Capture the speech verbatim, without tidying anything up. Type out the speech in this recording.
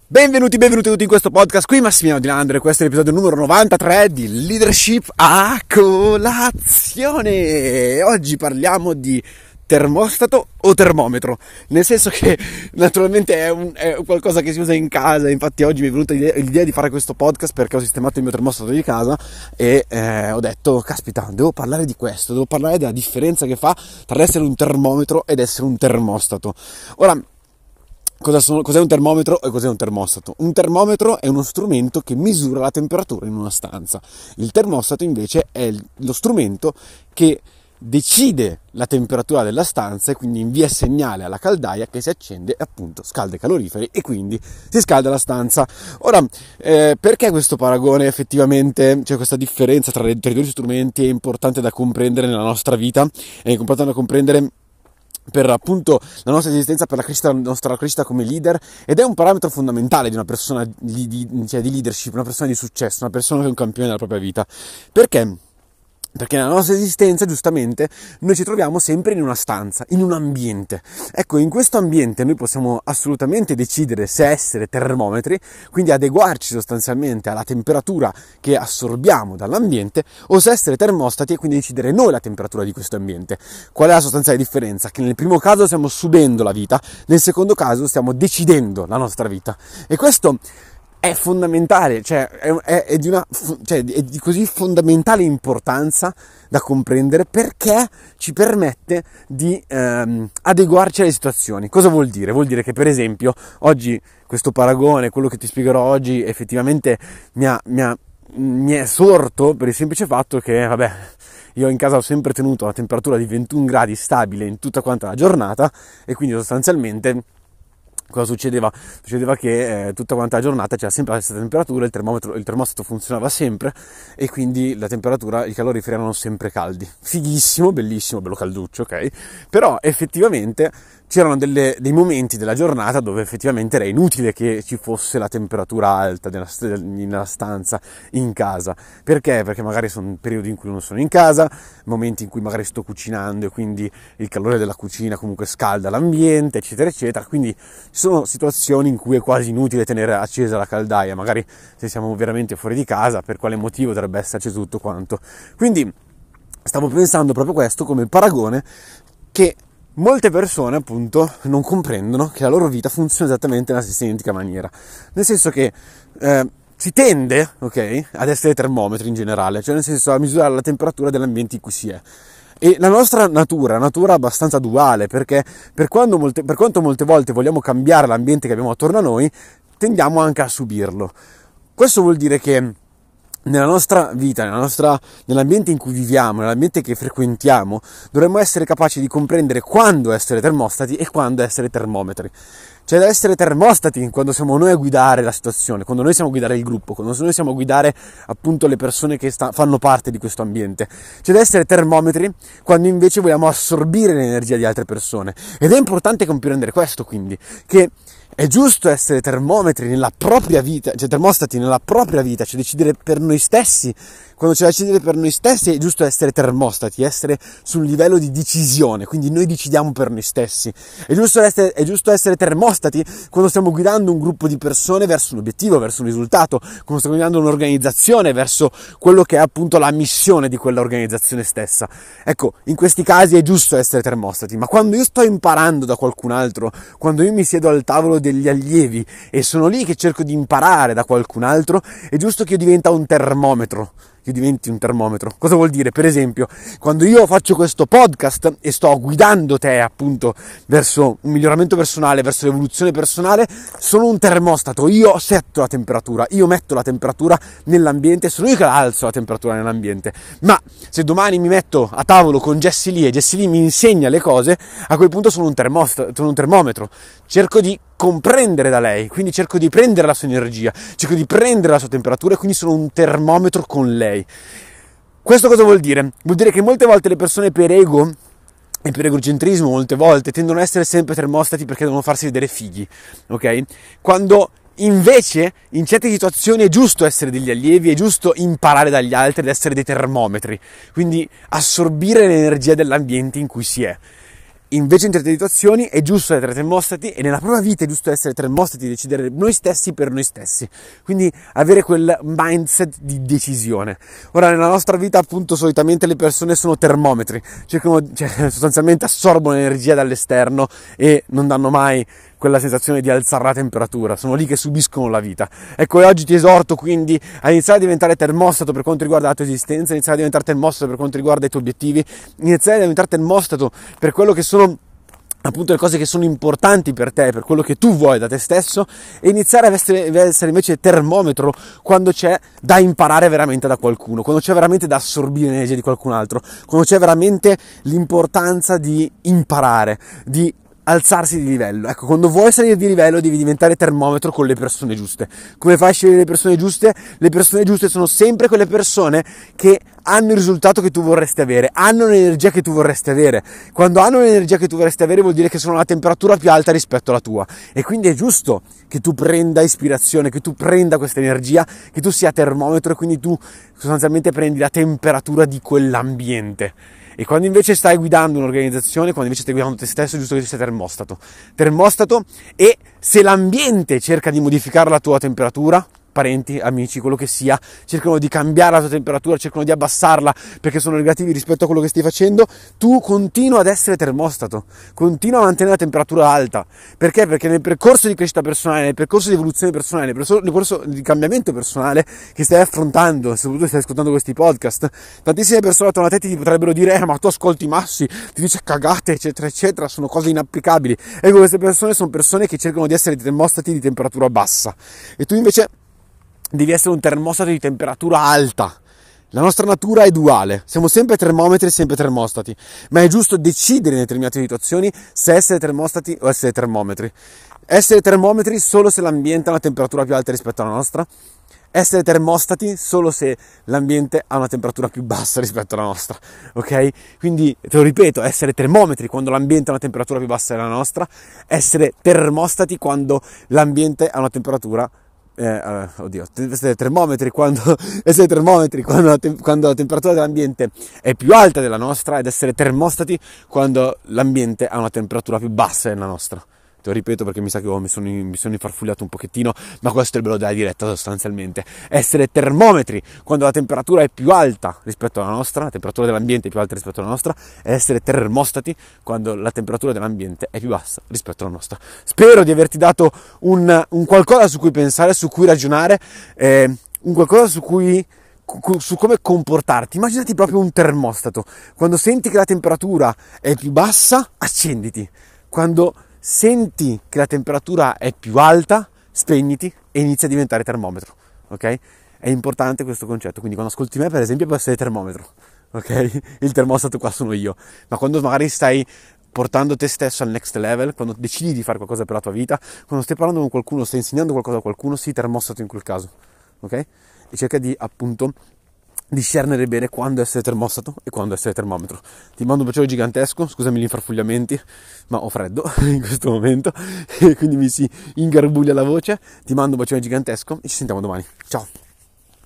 Benvenuti, benvenuti tutti in questo podcast, qui Massimiliano Di Landro e questo è l'episodio numero novantatré di Leadership a colazione. Oggi parliamo di termostato o termometro, nel senso che naturalmente è, un, è qualcosa che si usa in casa. Infatti oggi mi è venuta l'idea, l'idea di fare questo podcast perché ho sistemato il mio termostato di casa e eh, ho detto, caspita, devo parlare di questo, devo parlare della differenza che fa tra essere un termometro ed essere un termostato. Ora, Cosa sono, cos'è un termometro e cos'è un termostato? Un termometro è uno strumento che misura la temperatura in una stanza. Il termostato invece è lo strumento che decide la temperatura della stanza e quindi invia segnale alla caldaia che si accende e appunto scalda i caloriferi e quindi si scalda la stanza. Ora, eh, perché questo paragone effettivamente, cioè questa differenza tra, le, tra i due strumenti è importante da comprendere nella nostra vita, è importante da comprendere per appunto la nostra esistenza, per la crescita, la nostra crescita come leader, ed è un parametro fondamentale di una persona di, di, cioè di leadership, una persona di successo, una persona che è un campione della propria vita. Perché? Perché nella nostra esistenza, giustamente, noi ci troviamo sempre in una stanza, in un ambiente. Ecco, in questo ambiente noi possiamo assolutamente decidere se essere termometri, quindi adeguarci sostanzialmente alla temperatura che assorbiamo dall'ambiente, o se essere termostati e quindi decidere noi la temperatura di questo ambiente. Qual è la sostanziale differenza? Che nel primo caso stiamo subendo la vita, nel secondo caso stiamo decidendo la nostra vita. E questo è fondamentale, cioè è, è, è, di una, cioè è di così fondamentale importanza da comprendere, perché ci permette di ehm, adeguarci alle situazioni. Cosa vuol dire? Vuol dire che, per esempio, oggi questo paragone, quello che ti spiegherò oggi, effettivamente mi, ha, mi, ha, mi è sorto per il semplice fatto che, vabbè, io in casa ho sempre tenuto una temperatura di ventuno gradi stabile in tutta quanta la giornata e quindi sostanzialmente cosa succedeva? Succedeva che eh, tutta quanta la giornata c'era sempre la stessa temperatura, il termometro, il termostato funzionava sempre e quindi la temperatura, i caloriferi erano sempre caldi. Fighissimo, bellissimo, bello calduccio, ok? Però effettivamente c'erano delle, dei momenti della giornata dove effettivamente era inutile che ci fosse la temperatura alta nella, nella stanza, in casa. Perché? Perché magari sono periodi in cui non sono in casa, momenti in cui magari sto cucinando e quindi il calore della cucina comunque scalda l'ambiente, eccetera, eccetera. Quindi ci sono situazioni in cui è quasi inutile tenere accesa la caldaia, magari se siamo veramente fuori di casa, per quale motivo dovrebbe esserci tutto quanto. Quindi stavo pensando proprio questo come paragone, che molte persone appunto non comprendono che la loro vita funziona esattamente nella stessa identica maniera, nel senso che eh, si tende, ok, ad essere termometri in generale, cioè nel senso a misurare la temperatura dell'ambiente in cui si è. E la nostra natura è una natura abbastanza duale, perché per, quando molte, per quanto molte volte vogliamo cambiare l'ambiente che abbiamo attorno a noi, tendiamo anche a subirlo. Questo vuol dire che nella nostra vita, nella nostra, nell'ambiente in cui viviamo, nell'ambiente che frequentiamo, dovremmo essere capaci di comprendere quando essere termostati e quando essere termometri. C'è da essere termostati quando siamo noi a guidare la situazione, quando noi siamo a guidare il gruppo, quando noi siamo a guidare appunto le persone che sta, fanno parte di questo ambiente. C'è da essere termometri quando invece vogliamo assorbire l'energia di altre persone. Ed è importante comprendere questo, quindi, che è giusto essere termometri nella propria vita, cioè termostati nella propria vita, cioè decidere per noi stessi. Quando c'è da decidere per noi stessi è giusto essere termostati, essere sul livello di decisione, quindi noi decidiamo per noi stessi. È giusto essere, è giusto essere termostati quando stiamo guidando un gruppo di persone verso un obiettivo, verso un risultato, quando stiamo guidando un'organizzazione verso quello che è appunto la missione di quell'organizzazione stessa. Ecco, in questi casi è giusto essere termostati, ma quando io sto imparando da qualcun altro, quando io mi siedo al tavolo degli allievi e sono lì che cerco di imparare da qualcun altro, è giusto che io diventa un termometro. Che diventi un termometro. Cosa vuol dire? Per esempio, quando io faccio questo podcast e sto guidando te appunto verso un miglioramento personale, verso l'evoluzione personale, sono un termostato, io setto la temperatura, io metto la temperatura nell'ambiente, sono io che alzo la temperatura nell'ambiente. Ma se domani mi metto a tavolo con Jessie Lee e Jessie Lee mi insegna le cose, a quel punto sono un termostato, sono un termometro. Cerco di comprendere da lei, quindi cerco di prendere la sua energia, cerco di prendere la sua temperatura e quindi sono un termometro con lei. Questo cosa vuol dire? Vuol dire che molte volte le persone per ego e per egocentrismo molte volte tendono a essere sempre termostati perché devono farsi vedere fighi, ok? Quando invece in certe situazioni è giusto essere degli allievi, è giusto imparare dagli altri ed essere dei termometri, quindi assorbire l'energia dell'ambiente in cui si è. invece in certe situazioni è giusto essere termostati, e nella propria vita è giusto essere termostati, decidere noi stessi per noi stessi, quindi avere quel mindset di decisione. Ora, nella nostra vita appunto solitamente le persone sono termometri, cercano, cioè, sostanzialmente assorbono energia dall'esterno e non danno mai quella sensazione di alzare la temperatura, sono lì che subiscono la vita. Ecco, e oggi ti esorto quindi a iniziare a diventare termostato per quanto riguarda la tua esistenza, iniziare a diventare termostato per quanto riguarda i tuoi obiettivi, iniziare a diventare termostato per quello che sono appunto le cose che sono importanti per te, per quello che tu vuoi da te stesso, e iniziare a essere, a essere invece termometro quando c'è da imparare veramente da qualcuno, quando c'è veramente da assorbire l'energia di qualcun altro, quando c'è veramente l'importanza di imparare, di alzarsi di livello. Ecco, quando vuoi salire di livello devi diventare termometro con le persone giuste. Come fai a scegliere le persone giuste? Le persone giuste sono sempre quelle persone che hanno il risultato che tu vorresti avere, hanno l'energia che tu vorresti avere. Quando hanno l'energia che tu vorresti avere vuol dire che sono a una temperatura più alta rispetto alla tua, e quindi è giusto che tu prenda ispirazione, che tu prenda questa energia, che tu sia termometro, e quindi tu sostanzialmente prendi la temperatura di quell'ambiente. E quando invece stai guidando un'organizzazione, quando invece stai guidando te stesso, è giusto che tu sia termostato. Termostato, e se l'ambiente cerca di modificare la tua temperatura, parenti, amici, quello che sia, cercano di cambiare la tua temperatura, cercano di abbassarla perché sono negativi rispetto a quello che stai facendo, tu continua ad essere termostato, continua a mantenere la temperatura alta. Perché? Perché nel percorso di crescita personale, nel percorso di evoluzione personale, nel percorso di cambiamento personale che stai affrontando, soprattutto stai ascoltando questi podcast, tantissime persone attorno a te ti potrebbero dire eh, ma tu ascolti Massi, ti dice cagate, eccetera eccetera, sono cose inapplicabili. Ecco, queste persone sono persone che cercano di essere termostati di temperatura bassa, e tu invece devi essere un termostato di temperatura alta. La nostra natura è duale, siamo sempre termometri e sempre termostati, ma è giusto decidere in determinate situazioni se essere termostati o essere termometri. Essere termometri solo se l'ambiente ha una temperatura più alta rispetto alla nostra, essere termostati solo se l'ambiente ha una temperatura più bassa rispetto alla nostra, ok? Quindi, te lo ripeto, essere termometri quando l'ambiente ha una temperatura più bassa della nostra, essere termostati quando l'ambiente ha una temperatura Eh, oddio, essere termometri quando, essere termometri quando, la te- quando la temperatura dell'ambiente è più alta della nostra, ed essere termostati quando l'ambiente ha una temperatura più bassa della nostra. Te lo ripeto perché mi sa che oh, mi, sono, mi sono infarfugliato un pochettino, ma questo è il bello della diretta sostanzialmente. Essere termometri quando la temperatura è più alta rispetto alla nostra, la temperatura dell'ambiente è più alta rispetto alla nostra, e essere termostati quando la temperatura dell'ambiente è più bassa rispetto alla nostra. Spero di averti dato un, un qualcosa su cui pensare, su cui ragionare, eh, un qualcosa su cui su come comportarti. Immaginati proprio un termostato. Quando senti che la temperatura è più bassa, accenditi. Quando senti che la temperatura è più alta, spegniti e inizia a diventare termometro, ok? È importante questo concetto, quindi quando ascolti me per esempio può essere termometro, ok? Il termostato qua sono io, ma quando magari stai portando te stesso al next level, quando decidi di fare qualcosa per la tua vita, quando stai parlando con qualcuno, stai insegnando qualcosa a qualcuno, sii termostato in quel caso, ok? E cerca di appunto discernere bene quando essere termostato e quando essere termometro. Ti mando un bacione gigantesco, scusami gli infarfugliamenti, ma ho freddo in questo momento e quindi mi si ingarbuglia la voce. Ti mando un bacione gigantesco e ci sentiamo domani. Ciao!